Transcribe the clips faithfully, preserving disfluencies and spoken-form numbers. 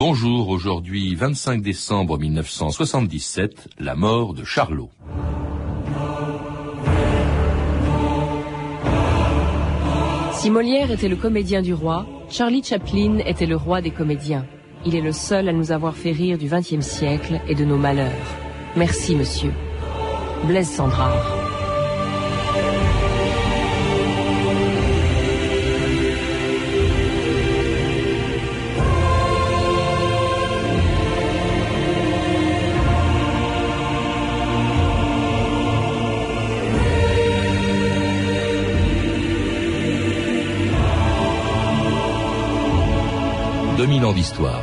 Bonjour, aujourd'hui vingt-cinq décembre mille neuf cent soixante-dix-sept, la mort de Charlot. Si Molière était le comédien du roi, Charlie Chaplin était le roi des comédiens. Il est le seul à nous avoir fait rire du vingtième siècle et de nos malheurs. Merci, monsieur. Blaise Cendrare. deux mille ans d'histoire.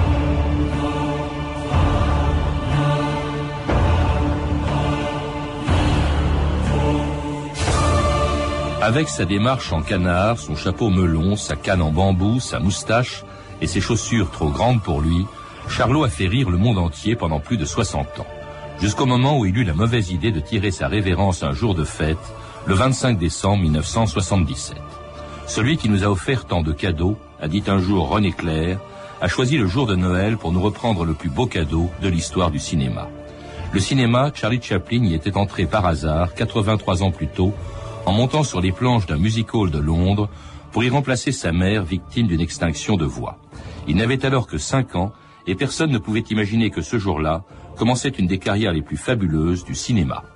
Avec sa démarche en canard, son chapeau melon, sa canne en bambou, sa moustache et ses chaussures trop grandes pour lui, Charlot a fait rire le monde entier pendant plus de soixante ans. Jusqu'au moment où il eut la mauvaise idée de tirer sa révérence un jour de fête, le vingt-cinq décembre mille neuf cent soixante-dix-sept. Celui qui nous a offert tant de cadeaux, a dit un jour René Clair, a choisi le jour de Noël pour nous reprendre le plus beau cadeau de l'histoire du cinéma. Le cinéma, Charlie Chaplin y était entré par hasard, quatre-vingt-trois ans plus tôt, en montant sur les planches d'un music-hall de Londres pour y remplacer sa mère victime d'une extinction de voix. Il n'avait alors que cinq ans et personne ne pouvait imaginer que ce jour-là commençait une des carrières les plus fabuleuses du cinéma.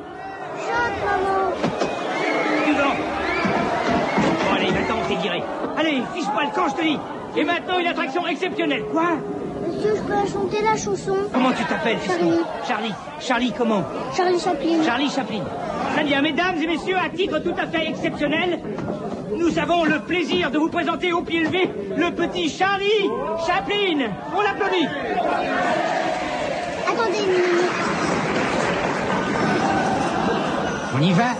Allez, fiche-moi le camp, je te dis. Et maintenant, une attraction exceptionnelle. Quoi? Monsieur, je peux chanter la chanson. Comment tu t'appelles, Charlie. Charlie. Charlie comment? Charlie Chaplin. Charlie Chaplin. Très bien, mesdames et messieurs, à titre tout à fait exceptionnel, nous avons le plaisir de vous présenter au pied levé le petit Charlie Chaplin. On l'applaudit. Attendez une minute. On y va?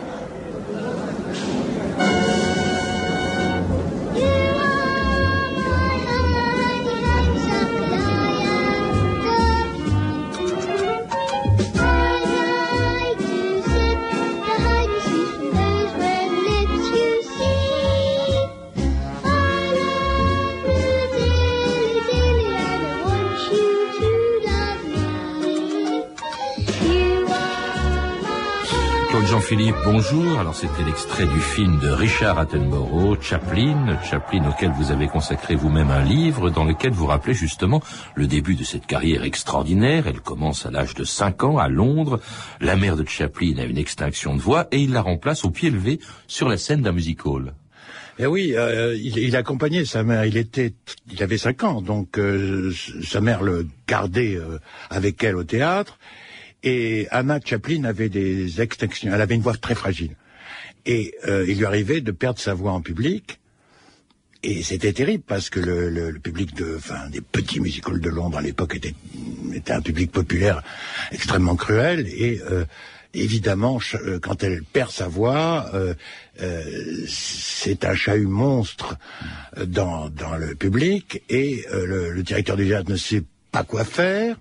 Jean-Philippe, bonjour. Alors c'était l'extrait du film de Richard Attenborough, Chaplin, Chaplin auquel vous avez consacré vous-même un livre dans lequel vous rappelez justement le début de cette carrière extraordinaire. Elle commence à l'âge de cinq ans à Londres. La mère de Chaplin a une extinction de voix et il la remplace au pied levé sur la scène d'un music-hall. Eh oui, euh, il, il accompagnait sa mère. Il était, il avait cinq ans, donc euh, sa mère le gardait euh, avec elle au théâtre. Et Anna Chaplin avait des extinctions. Elle avait une voix très fragile. Et euh, il lui arrivait de perdre sa voix en public. Et c'était terrible parce que le, le, le public de, enfin, des petits musicals de Londres à l'époque était, était un public populaire extrêmement cruel. Et euh, évidemment, quand elle perd sa voix, euh, euh, c'est un chahut monstre dans, dans le public. Et euh, le, le directeur du théâtre ne sait pas quoi faire.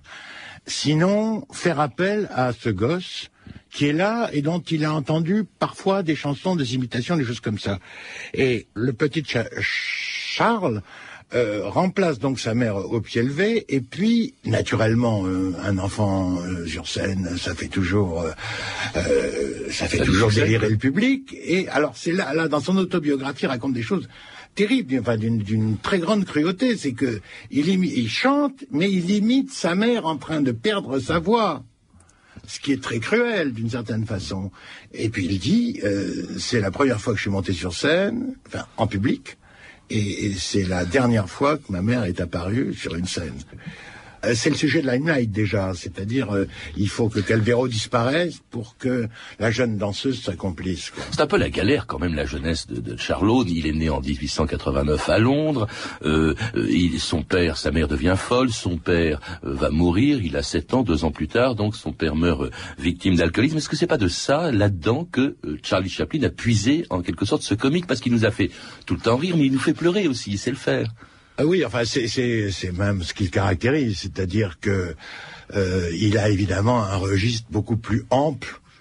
Sinon, faire appel à ce gosse qui est là et dont il a entendu parfois des chansons, des imitations, des choses comme ça. Et le petit Cha- Charles euh, remplace donc sa mère au pied levé et puis, naturellement, euh, un enfant euh, sur scène, ça fait toujours, euh, euh, ça fait ça toujours délirer le public. Et alors, c'est là, là, dans son autobiographie, il raconte des choses terrible, enfin d'une, d'une très grande cruauté, c'est que il, imi- il chante, mais il imite sa mère en train de perdre sa voix, ce qui est très cruel d'une certaine façon. Et puis il dit, euh, c'est la première fois que je suis monté sur scène, enfin en public, et, et c'est la dernière fois que ma mère est apparue sur une scène. Euh, c'est le sujet de Limelight déjà, c'est-à-dire euh, il faut que Calvero disparaisse pour que la jeune danseuse s'accomplisse, quoi. C'est un peu la galère quand même, la jeunesse de, de Charlot. Il est né en dix-huit cent quatre-vingt-neuf à Londres. Euh, il, son père, sa mère devient folle. Son père euh, va mourir. Il a sept ans, deux ans plus tard. Donc son père meurt euh, victime d'alcoolisme. Est-ce que c'est pas de ça là-dedans que euh, Charlie Chaplin a puisé en quelque sorte ce comique, parce qu'il nous a fait tout le temps rire, mais il nous fait pleurer aussi. Il sait le faire. Ah oui, enfin c'est c'est c'est même ce qui le caractérise, c'est-à-dire que euh, il a évidemment un registre beaucoup plus ample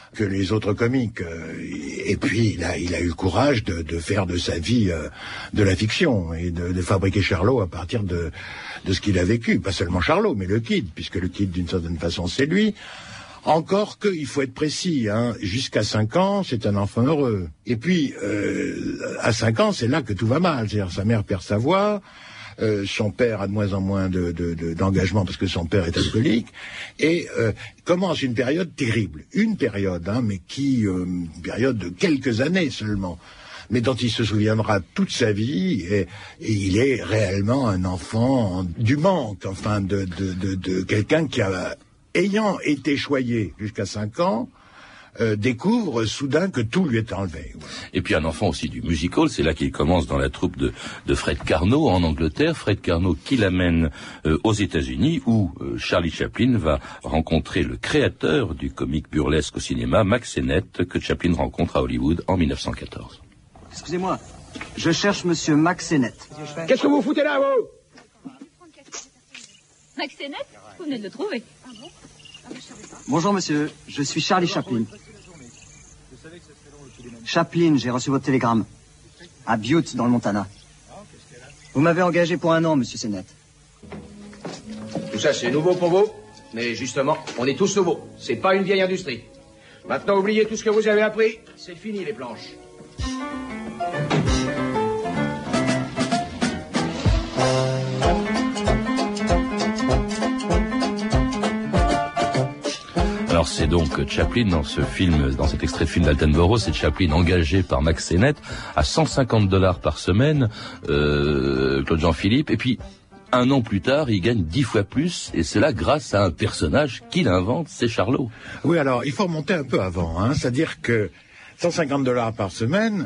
que les autres comiques. Et puis, il a, il a eu le courage de, de faire de sa vie euh, de la fiction et de, de fabriquer Charlot à partir de, de ce qu'il a vécu. Pas seulement Charlot, mais le Kid, puisque le Kid, d'une certaine façon, c'est lui. Encore que, il faut être précis, hein, jusqu'à cinq ans, c'est un enfant heureux. Et puis, euh, à cinq ans, c'est là que tout va mal. C'est-à-dire, sa mère perd sa voix, euh, son père a de moins en moins de, de, de, d'engagement parce que son père est alcoolique, et euh, commence une période terrible. Une période, hein, mais qui, euh, une période de quelques années seulement, mais dont il se souviendra toute sa vie, et, et il est réellement un enfant du manque, enfin, de, de, de, de quelqu'un qui a... ayant été choyé jusqu'à cinq ans, euh, découvre soudain que tout lui est enlevé. Voilà. Et puis un enfant aussi du musical, c'est là qu'il commence dans la troupe de, de Fred Carnot en Angleterre. Fred Carnot qui l'amène euh, aux États-Unis, où euh, Charlie Chaplin va rencontrer le créateur du comique burlesque au cinéma, Mack Sennett, que Chaplin rencontre à Hollywood en dix-neuf cent quatorze. Excusez-moi, je cherche monsieur Mack Sennett. Qu'est-ce que vous foutez là, vous? Mack Sennett, vous venez de le trouver. Bonjour monsieur, je suis Charlie Chaplin. Chaplin, j'ai reçu votre télégramme. À Butte, dans le Montana. Vous m'avez engagé pour un an, monsieur Sennett. Tout ça, c'est nouveau pour vous. Mais justement, on est tous nouveaux. C'est pas une vieille industrie. Maintenant, oubliez tout ce que vous avez appris. C'est fini, les planches. Alors c'est donc Chaplin dans ce film, dans cet extrait de film d'Altenborough, c'est Chaplin engagé par Mack Sennett à cent cinquante dollars par semaine, euh, Claude Jean-Philippe, et puis un an plus tard, il gagne dix fois plus, et cela grâce à un personnage qu'il invente, c'est Charlot. Oui, alors il faut remonter un peu avant, hein, c'est-à-dire que cent cinquante dollars par semaine,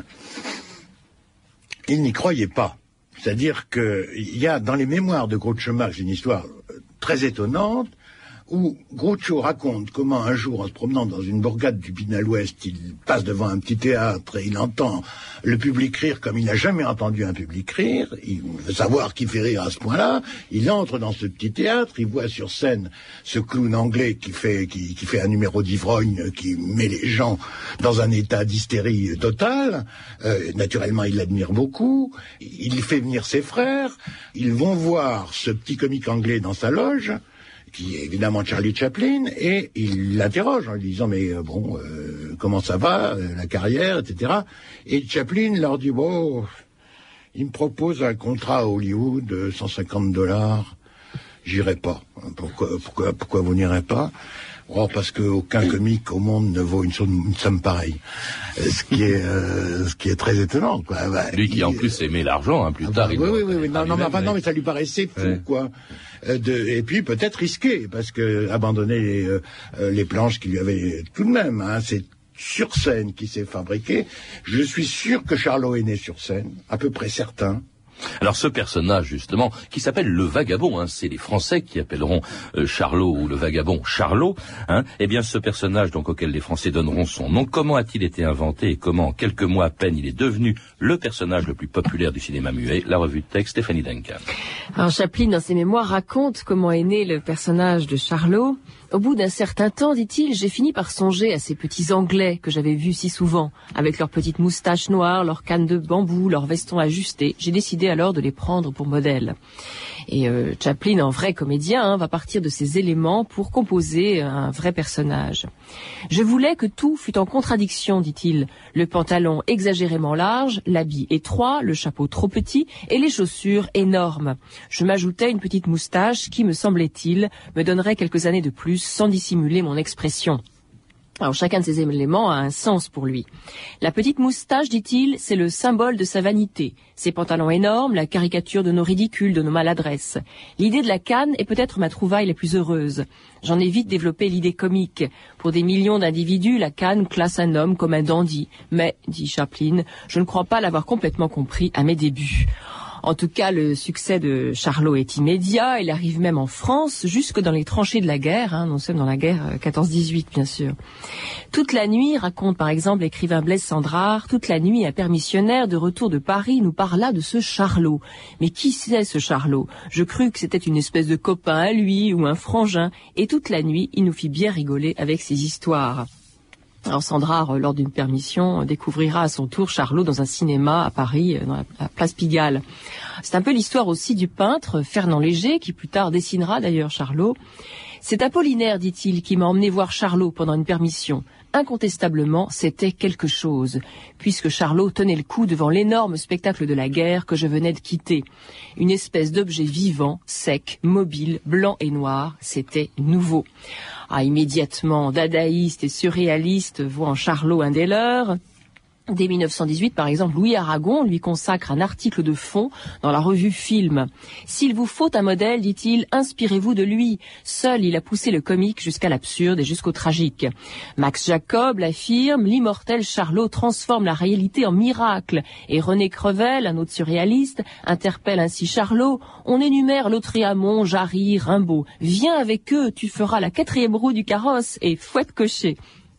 il n'y croyait pas. C'est-à-dire que il y a dans les mémoires de Groucho Marx une histoire très étonnante, où Groucho raconte comment un jour, en se promenant dans une bourgade du Pinal-Ouest, il passe devant un petit théâtre et il entend le public rire comme il n'a jamais entendu un public rire. Il veut savoir qui fait rire à ce point-là. Il entre dans ce petit théâtre, il voit sur scène ce clown anglais qui fait, qui, qui fait un numéro d'ivrogne, qui met les gens dans un état d'hystérie totale. Euh, naturellement, il l'admire beaucoup. Il fait venir ses frères. Ils vont voir ce petit comique anglais dans sa loge, qui est évidemment Charlie Chaplin, et il l'interroge en lui disant « Mais euh, bon, euh, comment ça va, euh, la carrière, et cetera » Et Chaplin leur dit « Bon, il me propose un contrat à Hollywood de cent cinquante dollars, j'irai pas. Pourquoi, pourquoi, pourquoi vous n'irez pas ?» Oh, parce qu'aucun comique au monde ne vaut une somme, une somme pareille. Ce qui est, euh, ce qui est très étonnant, quoi. Bah, Lui qui, il, en plus, aimait l'argent, hein, plus ah, tard. bah, il oui, doit, oui, oui, oui. Non, non, mais, enfin, mais... non, mais ça lui paraissait fou, ouais. quoi. Euh, de, et puis, peut-être risqué, parce que abandonner les, euh, les planches qui lui avaient, tout de même, hein, c'est sur scène qui s'est fabriqué. Je suis sûr que Charlot est né sur scène, à peu près certain. Alors ce personnage justement, qui s'appelle le Vagabond, hein, c'est les Français qui appelleront euh, Charlot ou le Vagabond Charlot, hein, eh bien ce personnage donc auquel les Français donneront son nom, comment a-t-il été inventé et comment en quelques mois à peine il est devenu le personnage le plus populaire du cinéma muet? La revue de texte, Stéphanie Duncan. Alors Chaplin, dans ses mémoires, raconte comment est né le personnage de Charlot. Au bout d'un certain temps, dit-il, j'ai fini par songer à ces petits Anglais que j'avais vus si souvent, avec leurs petites moustaches noires, leurs cannes de bambou, leurs vestons ajustés. J'ai décidé alors de les prendre pour modèle. Et euh, Chaplin, en vrai comédien, hein, va partir de ces éléments pour composer un vrai personnage. Je voulais que tout fût en contradiction, dit-il. Le pantalon exagérément large, l'habit étroit, le chapeau trop petit et les chaussures énormes. Je m'ajoutais une petite moustache qui, me semblait-il, me donnerait quelques années de plus sans dissimuler mon expression. Alors chacun de ces éléments a un sens pour lui. La petite moustache, dit-il, c'est le symbole de sa vanité. Ses pantalons énormes, la caricature de nos ridicules, de nos maladresses. L'idée de la canne est peut-être ma trouvaille la plus heureuse. J'en ai vite développé l'idée comique. Pour des millions d'individus, la canne classe un homme comme un dandy. Mais, dit Chaplin, je ne crois pas l'avoir complètement compris à mes débuts. En tout cas, le succès de Charlot est immédiat. Il arrive même en France, jusque dans les tranchées de la guerre. Hein. Nous sommes dans la guerre quatorze dix-huit, bien sûr. Toute la nuit, raconte par exemple l'écrivain Blaise Cendrars, toute la nuit, un permissionnaire de retour de Paris nous parla de ce Charlot. Mais qui c'est ce Charlot? Je crus que c'était une espèce de copain à lui ou un frangin. Et toute la nuit, il nous fit bien rigoler avec ses histoires. Alors Sandra, lors d'une permission, découvrira à son tour Charlot dans un cinéma à Paris, dans la place Pigalle. C'est un peu l'histoire aussi du peintre Fernand Léger, qui plus tard dessinera d'ailleurs Charlot. C'est Apollinaire, dit-il, qui m'a emmené voir Charlot pendant une permission. Incontestablement, c'était quelque chose, puisque Charlot tenait le coup devant l'énorme spectacle de la guerre que je venais de quitter. Une espèce d'objet vivant, sec, mobile, blanc et noir, c'était nouveau. Ah, immédiatement, dadaïste et surréaliste voit en Charlot un des leurs. Dès mille neuf cent dix-huit, par exemple, Louis Aragon lui consacre un article de fond dans la revue Film. « S'il vous faut un modèle, dit-il, inspirez-vous de lui. Seul, il a poussé le comique jusqu'à l'absurde et jusqu'au tragique. » Max Jacob l'affirme, l'immortel Charlot transforme la réalité en miracle. Et René Crevel, un autre surréaliste, interpelle ainsi Charlot. « On énumère Lautréamont, Jarry, Rimbaud. Viens avec eux, tu feras la quatrième roue du carrosse et fouette cocher. »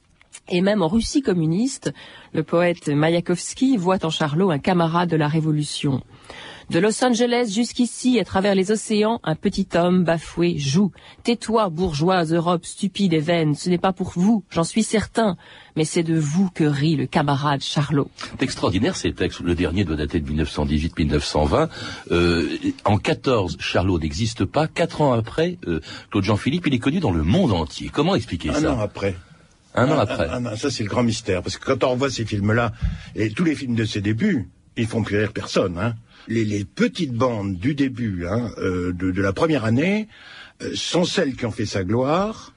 Et même en Russie communiste, le poète Mayakovsky voit en Charlot un camarade de la Révolution. De Los Angeles jusqu'ici, à travers les océans, un petit homme bafoué joue. Tais-toi, bourgeoise Europe stupide et vaine, ce n'est pas pour vous, j'en suis certain, mais c'est de vous que rit le camarade Charlot. C'est extraordinaire ces textes, le dernier doit dater de mille neuf cent dix-huit mille neuf cent vingt. Euh, en quatorze, Charlot n'existe pas, quatre ans après, euh, Claude Jean-Philippe, il est connu dans le monde entier. Comment expliquer un ça? Un an après. Un an après. Un, un, un, ça, c'est le grand mystère. Parce que quand on revoit ces films-là, et tous les films de ses débuts, ils font plus rire personne. Hein. Les, les petites bandes du début, hein, euh, de, de la première année, euh, sont celles qui ont fait sa gloire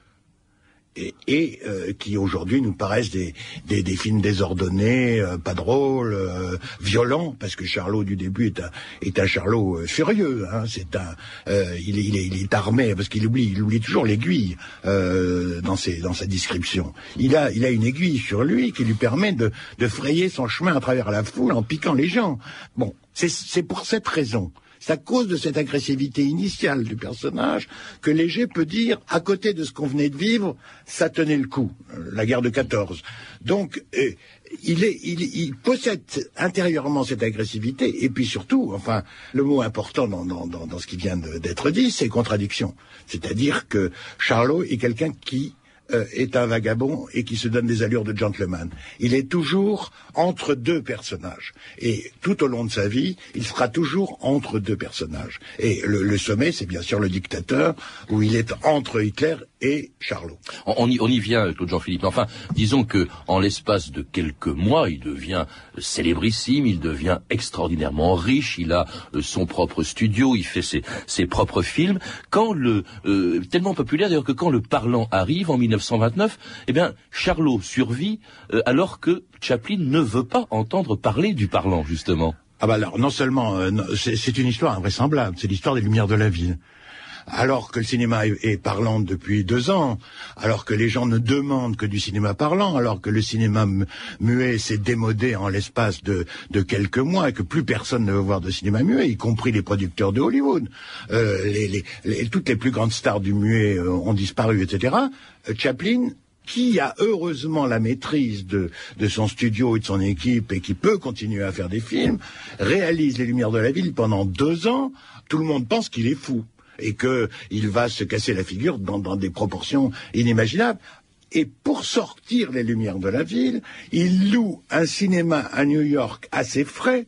et, et euh, qui aujourd'hui nous paraissent des, des, des films désordonnés, euh, pas drôles, euh, violents, parce que Charlot du début est un, est un Charlot euh, furieux. Hein, c'est un, euh, il, est, il, est, il est armé parce qu'il oublie, il oublie toujours l'aiguille euh, dans ses, dans sa description. Il a, il a une aiguille sur lui qui lui permet de, de frayer son chemin à travers la foule en piquant les gens. Bon, c'est, c'est pour cette raison. C'est à cause de cette agressivité initiale du personnage que Léger peut dire, à côté de ce qu'on venait de vivre, ça tenait le coup, la guerre de quatorze. Donc, euh, il, est, il, il possède intérieurement cette agressivité, et puis surtout, enfin, le mot important dans, dans, dans, dans ce qui vient de, d'être dit, c'est contradiction. C'est-à-dire que Charlot est quelqu'un qui euh, est un vagabond et qui se donne des allures de gentleman. Il est toujours entre deux personnages. Et tout au long de sa vie, il sera toujours entre deux personnages. Et le, le sommet, c'est bien sûr le dictateur, où il est entre Hitler et Charlot. On, on, y, on y vient, Claude Jean-Philippe. Enfin, disons que en l'espace de quelques mois, il devient célébrissime, il devient extraordinairement riche, il a euh, son propre studio, il fait ses, ses propres films. Quand le euh, tellement populaire d'ailleurs que quand Le Parlant arrive en mille neuf cent vingt-neuf, eh bien Charlot survit euh, alors que Chaplin ne veut pas entendre parler du Parlant, justement. Ah bah alors, non seulement, euh, c'est, c'est une histoire invraisemblable, c'est l'histoire des Lumières de la ville. Alors que le cinéma est, est parlant depuis deux ans, alors que les gens ne demandent que du cinéma parlant, alors que le cinéma muet s'est démodé en l'espace de, de quelques mois et que plus personne ne veut voir de cinéma muet, y compris les producteurs de Hollywood. Euh, les, les, les, toutes les plus grandes stars du muet euh, ont disparu, et cetera. Euh, Chaplin, qui a heureusement la maîtrise de, de son studio et de son équipe et qui peut continuer à faire des films, réalise Les Lumières de la ville pendant deux ans. Tout le monde pense qu'il est fou et qu'il va se casser la figure dans, dans des proportions inimaginables. Et pour sortir Les Lumières de la ville, il loue un cinéma à New York à ses frais,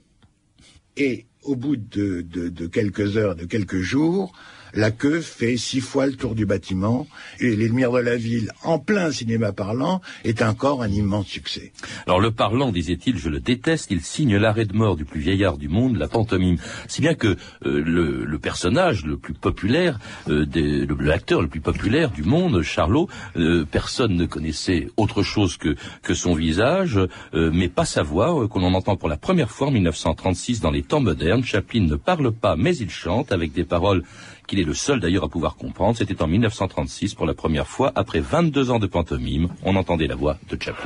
et au bout de, de, de quelques heures, de quelques jours, la queue fait six fois le tour du bâtiment, et Les Lumières de la ville, en plein cinéma parlant, est encore un immense succès. Alors le Parlant, disait-il, je le déteste, il signe l'arrêt de mort du plus vieillard du monde, la pantomime. Si bien que euh, le, le personnage le plus populaire, euh, des, le, l'acteur le plus populaire du monde, Charlot, euh, personne ne connaissait autre chose que, que son visage, euh, mais pas sa voix, euh, qu'on en entend pour la première fois en mille neuf cent trente-six dans les temps modernes. Chaplin ne parle pas, mais il chante avec des paroles qu'il est le seul d'ailleurs à pouvoir comprendre. C'était en mille neuf cent trente-six, pour la première fois, après vingt-deux ans de pantomime, on entendait la voix de Chaplin.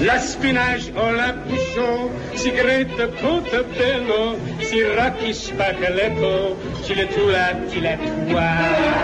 La spinach o la puscio, sigaretta portabello, siracchi spaccaletto, ciletula tilatua.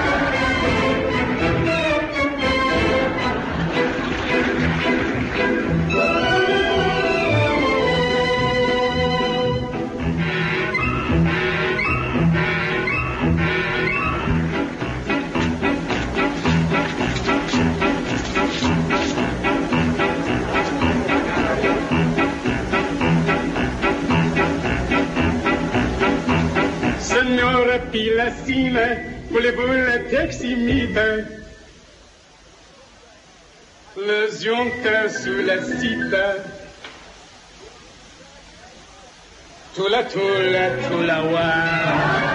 Signora Pilassina, voulez-vous la teximite? Le zionta sous la cita. Tula tula tula wa.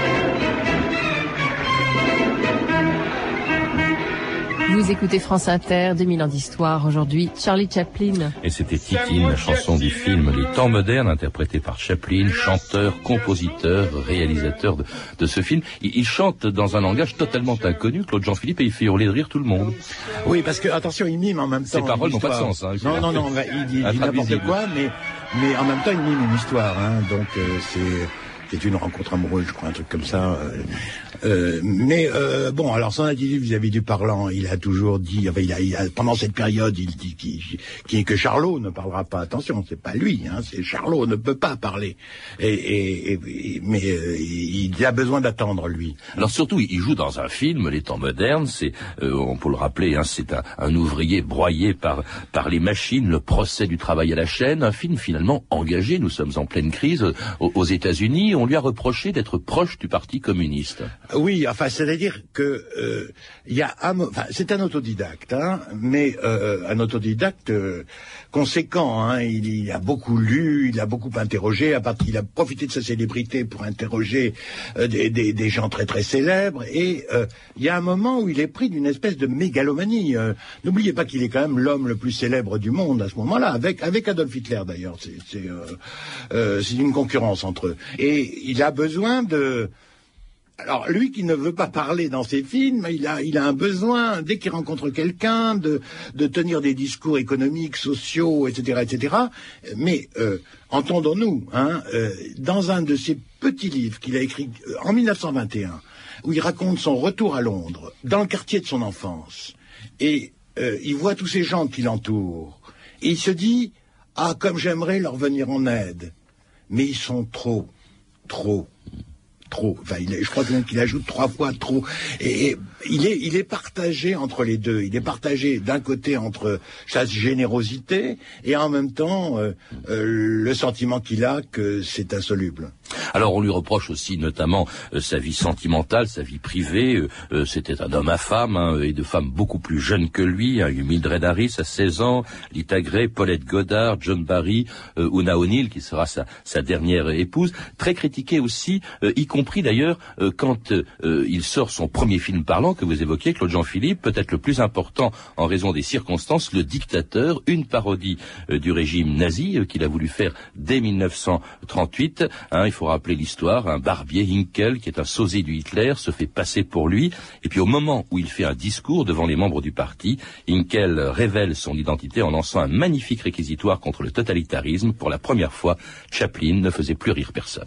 Vous écoutez France Inter, deux mille ans d'histoire, aujourd'hui Charlie Chaplin. Et c'était Titine, la chanson du film Les Temps modernes, interprétée par Chaplin, chanteur, compositeur, réalisateur de, de ce film. Il, il chante dans un langage totalement inconnu, Claude Jean-Philippe, et il fait hurler de rire tout le monde. Oui, parce que, attention, il mime en même temps. Ses paroles n'ont pas de sens. Hein, non, non, non, il dit, il dit n'importe quoi, mais, mais en même temps, il mime une histoire. Hein, donc, euh, c'est... C'est une rencontre amoureuse, je crois, un truc comme ça. Euh, euh, mais euh, bon, alors son attitude vis-à-vis du parlant, il a toujours dit, enfin, il a, il a pendant cette période, il dit qu'il, qu'il, que Charlot ne parlera pas. Attention, c'est pas lui, hein, c'est Charlot ne peut pas parler. Et, et, et mais euh, il a besoin d'attendre lui. Alors surtout, il joue dans un film, Les Temps modernes. C'est, euh, on peut le rappeler, hein, c'est un, un ouvrier broyé par par les machines, le procès du travail à la chaîne. Un film finalement engagé. Nous sommes en pleine crise aux, aux États-Unis. On lui a reproché d'être proche du Parti communiste. Oui, enfin, c'est-à-dire que euh, il y a un, enfin, c'est un autodidacte, hein, mais euh, un autodidacte euh, conséquent. Hein, il, il a beaucoup lu, il a beaucoup interrogé. À partir, il a profité de sa célébrité pour interroger euh, des, des, des gens très très célèbres. Et euh, il y a un moment où il est pris d'une espèce de mégalomanie. Euh, n'oubliez pas qu'il est quand même l'homme le plus célèbre du monde à ce moment-là, avec avec Adolf Hitler d'ailleurs. C'est c'est, euh, euh, c'est une concurrence entre eux. Et il a besoin de... Alors, lui qui ne veut pas parler dans ses films, il a, il a un besoin, dès qu'il rencontre quelqu'un, de, de tenir des discours économiques, sociaux, et cetera, et cetera. Mais, euh, entendons-nous, hein, euh, dans un de ses petits livres qu'il a écrit en mille neuf cent vingt et un, où il raconte son retour à Londres, dans le quartier de son enfance, et euh, il voit tous ces gens qui l'entourent, et il se dit, ah, comme j'aimerais leur venir en aide, mais ils sont trop... Trop, trop. Enfin, il est, je crois même qu'il ajoute trois fois trop. Et, et il est, il est partagé entre les deux. Il est partagé d'un côté entre sa générosité et en même temps euh, euh, le sentiment qu'il a que c'est insoluble. Alors on lui reproche aussi notamment euh, sa vie sentimentale, sa vie privée. Euh, euh, c'était un homme à femme, hein, et de femmes beaucoup plus jeunes que lui. Hein, Mildred Harris à seize ans, Lita Grey, Paulette Goddard, John Barry, euh, Una O'Neill qui sera sa, sa dernière épouse. Très critiqué aussi, euh, y compris d'ailleurs euh, quand euh, il sort son premier film parlant que vous évoquiez, Claude Jean-Philippe, peut-être le plus important en raison des circonstances, Le Dictateur, une parodie euh, du régime nazi euh, qu'il a voulu faire dès mille neuf cent trente-huit. Hein, il faut rappeler l'histoire, un barbier, Hinkel, qui est un sosie du Hitler, se fait passer pour lui, et puis au moment où il fait un discours devant les membres du parti, Hinkel révèle son identité en lançant un magnifique réquisitoire contre le totalitarisme. Pour la première fois, Chaplin ne faisait plus rire personne.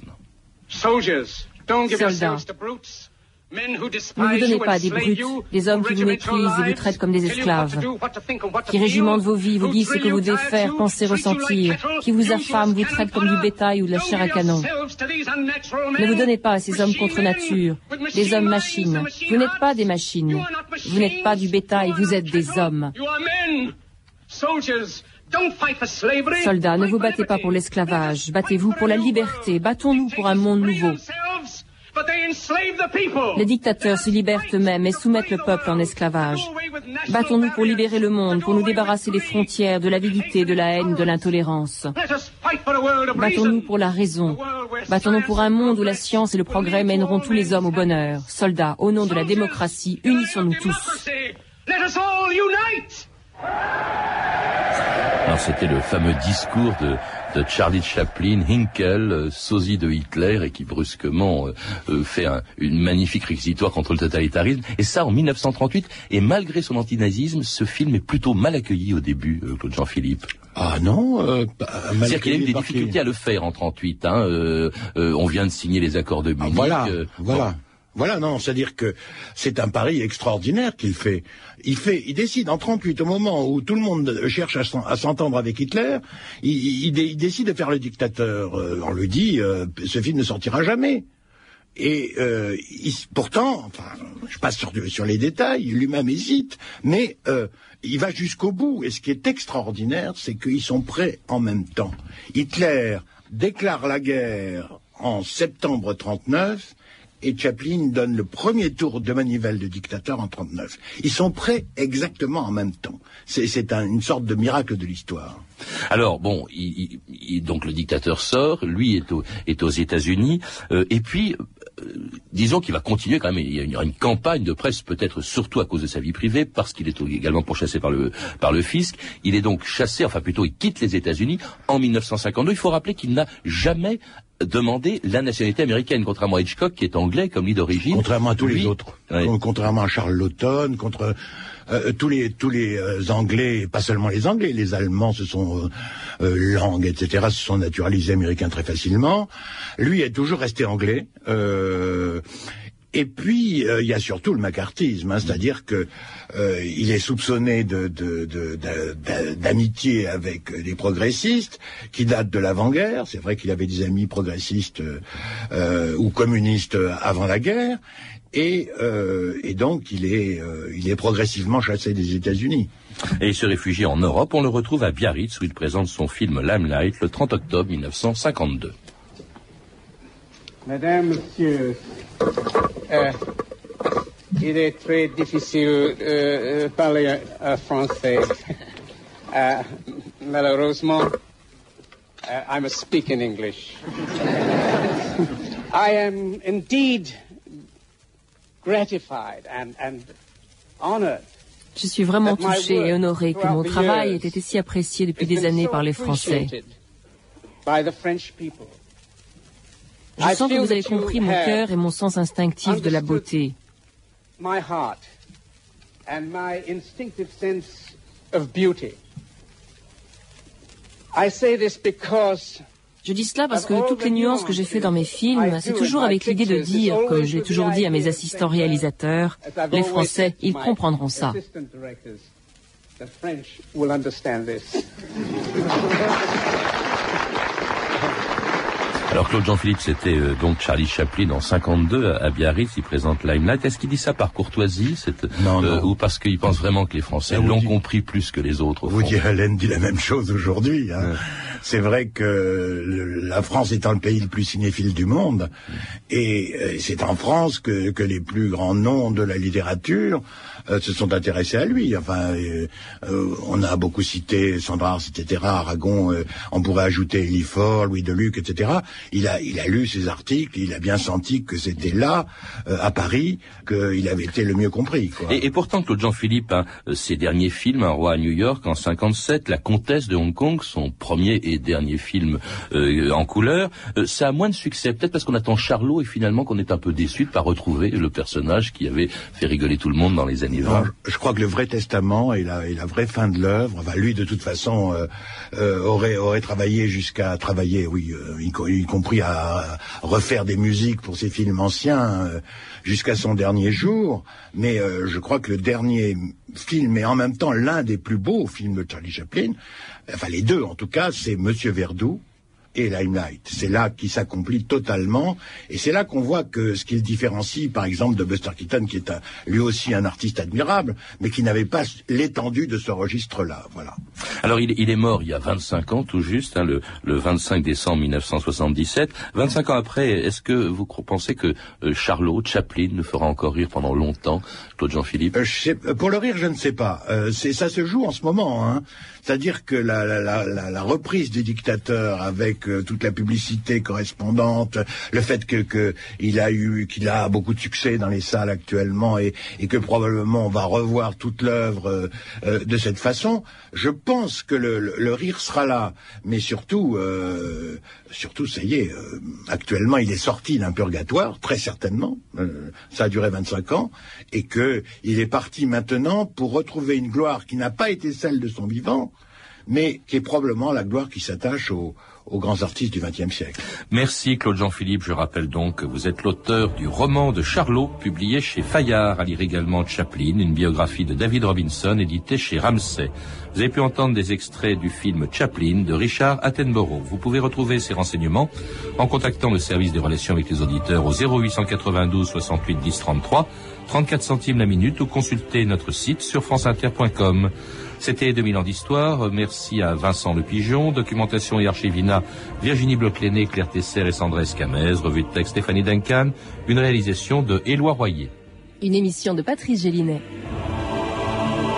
Soldats, ne vous donnez pas à des brutes, des hommes qui vous méprisent et vous traitent comme des esclaves, qui régimentent vos vies, vous disent ce que vous devez faire, penser, ressentir, qui vous affament, vous traitent comme du bétail ou de la chair à canon. Ne vous donnez pas à ces hommes contre nature, des hommes machines. Vous n'êtes pas des machines, vous n'êtes pas du bétail, vous êtes des hommes. Soldats, ne vous battez pas pour l'esclavage, battez-vous pour la liberté, battons-nous pour un monde nouveau. Les dictateurs se libèrent eux-mêmes et soumettent le peuple en esclavage. Battons-nous pour libérer le monde, pour nous débarrasser des frontières, de l'avidité, de la haine, de l'intolérance. Battons-nous pour la raison. Battons-nous pour un monde où la science et le progrès mèneront tous les hommes au bonheur. Soldats, au nom de la démocratie, unissons-nous tous. Alors c'était le fameux discours de, de Charlie Chaplin, Hinkel, euh, sosie de Hitler, et qui brusquement euh, euh, fait un, une magnifique réquisitoire contre le totalitarisme. Et ça en mille neuf cent trente-huit. Et malgré son antinazisme, ce film est plutôt mal accueilli au début, euh, Claude Jean-Philippe. Ah non, euh, c'est-à-dire qu'il a eu des difficultés à le faire en trente-huit. Hein, euh, euh, on vient de signer les accords de Munich. Ah, voilà, euh, voilà. Bon. Voilà, non, c'est-à-dire que c'est un pari extraordinaire qu'il fait. Il fait, il décide en trente-huit, au moment où tout le monde cherche à s'entendre avec Hitler, il, il, il décide de faire le dictateur. Euh, on lui dit, euh, ce film ne sortira jamais. Et euh, il, pourtant, enfin, je passe sur, sur les détails, lui-même hésite, mais euh, il va jusqu'au bout. Et ce qui est extraordinaire, c'est qu'ils sont prêts en même temps. Hitler déclare la guerre en septembre trente-neuf, et Chaplin donne le premier tour de manivelle de dictateur en trente-neuf. Ils sont prêts exactement en même temps. C'est, c'est un, une sorte de miracle de l'histoire. Alors bon, il, il, donc le dictateur sort, lui est, au, est aux États-Unis, euh, et puis euh, disons qu'il va continuer quand même. Il y aura une campagne de presse, peut-être surtout à cause de sa vie privée, parce qu'il est également pourchassé par le par le fisc. Il est donc chassé, enfin plutôt, il quitte les États-Unis en mille neuf cent cinquante-deux. Il faut rappeler qu'il n'a jamais demandé la nationalité américaine, contrairement à Hitchcock qui est anglais comme lui d'origine. Contrairement à tous lui, les autres. Oui. Contrairement à Charles Laughton, contre euh, tous les tous les euh, Anglais, pas seulement les Anglais, les Allemands se sont euh, euh, langues, et cetera, se sont naturalisés américains très facilement. Lui est toujours resté anglais. Euh, Et puis euh, il y a surtout le macartisme, hein, c'est-à-dire que euh, il est soupçonné de, de, de, de, d'amitié avec les progressistes, qui datent de l'avant-guerre. C'est vrai qu'il avait des amis progressistes euh, ou communistes avant la guerre, et, euh, et donc il est, euh, il est progressivement chassé des États-Unis. Et il se réfugie en Europe. On le retrouve à Biarritz où il présente son film Limelight le trente octobre mille neuf cent cinquante-deux. Madame, monsieur, euh, il est très difficile de euh, parler euh, français. Euh, malheureusement, uh, I must speak in English. I am indeed gratified and, and honored. Je suis vraiment touché et honoré que mon travail ait été si apprécié depuis des années par les Français. Je sens que vous avez compris mon cœur et mon sens instinctif de la beauté. Je dis cela parce que toutes les nuances que j'ai fait dans mes films, c'est toujours avec l'idée de dire, comme je l'ai toujours dit à mes assistants réalisateurs, les Français, ils comprendront ça. Alors Claude Jean-Philippe, c'était euh, donc Charlie Chaplin en cinquante-deux à, à Biarritz, il présente Limelight. Est-ce qu'il dit ça par courtoisie cette, non, euh, non. ou parce qu'il pense vraiment que les Français l'ont dit, compris plus que les autres au fond. Woody Allen dit la même chose aujourd'hui. Hein. Ouais. C'est vrai que le, la France étant le pays le plus cinéphile du monde, et euh, c'est en France que, que les plus grands noms de la littérature euh, se sont intéressés à lui. Enfin, euh, euh, on a beaucoup cité Sandra Ars, et cetera, Aragon, euh, on pourrait ajouter Élie Faure, Louis Deluc, et cetera. Il a, il a lu ces articles, il a bien senti que c'était là, euh, à Paris, qu'il avait été le mieux compris, quoi. Et, et pourtant, Claude Jean-Philippe, hein, ses derniers films, Un roi à New York en cinquante-sept, La Comtesse de Hong Kong, son premier et dernier film euh, en couleur, euh, ça a moins de succès. Peut-être parce qu'on attend Charlot et finalement qu'on est un peu déçu de pas retrouver le personnage qui avait fait rigoler tout le monde dans les années vingt. Non, je crois que le vrai testament et la, et la vraie fin de l'œuvre, enfin, lui de toute façon euh, euh, aurait, aurait travaillé jusqu'à travailler, oui, euh, y, y compris à refaire des musiques pour ses films anciens euh, jusqu'à son dernier jour, mais euh, je crois que le dernier film est en même temps l'un des plus beaux films de Charlie Chaplin, enfin les deux en tout cas, c'est Monsieur Verdoux et Limelight. C'est là qu'il s'accomplit totalement, et c'est là qu'on voit que ce qui le différencie, par exemple, de Buster Keaton, qui est un, lui aussi un artiste admirable, mais qui n'avait pas l'étendue de ce registre-là. Voilà. Alors, il, il est mort il y a vingt-cinq ans, tout juste, hein, le, le vingt-cinq décembre mille neuf cent soixante-dix-sept. vingt-cinq ans après, est-ce que vous pensez que euh, Charlot, Chaplin, ne fera encore rire pendant longtemps, Claude Jean-Philippe? euh, je sais, Pour le rire, je ne sais pas. Euh, c'est, ça se joue en ce moment, hein. C'est-à-dire que la, la, la, la, la reprise du dictateur avec euh, toute la publicité correspondante, le fait que, que il a eu, qu'il a beaucoup de succès dans les salles actuellement et, et que probablement on va revoir toute l'œuvre euh, euh, de cette façon, je pense que le, le, le rire sera là. Mais surtout, euh, surtout, ça y est, euh, actuellement il est sorti d'un purgatoire, très certainement, euh, ça a duré vingt-cinq ans, et que il est parti maintenant pour retrouver une gloire qui n'a pas été celle de son vivant, mais qui est probablement la gloire qui s'attache aux, aux grands artistes du vingtième siècle. Merci Claude Jean-Philippe. Je rappelle donc que vous êtes l'auteur du roman de Charlot, publié chez Fayard, à lire également Chaplin, une biographie de David Robinson, éditée chez Ramsay. Vous avez pu entendre des extraits du film Chaplin de Richard Attenborough. Vous pouvez retrouver ces renseignements en contactant le service des relations avec les auditeurs au zéro huit cent quatre-vingt-douze soixante-huit dix trente-trois, trente-quatre centimes la minute, ou consulter notre site sur franceinter point com. C'était deux mille ans d'histoire. Merci à Vincent Le Pigeon, documentation et archivina Virginie Bloch-Léné, Claire Tesser et Sandra Escamez, revue de texte Stéphanie Duncan, une réalisation de Éloi Royer. Une émission de Patrice Gélinet.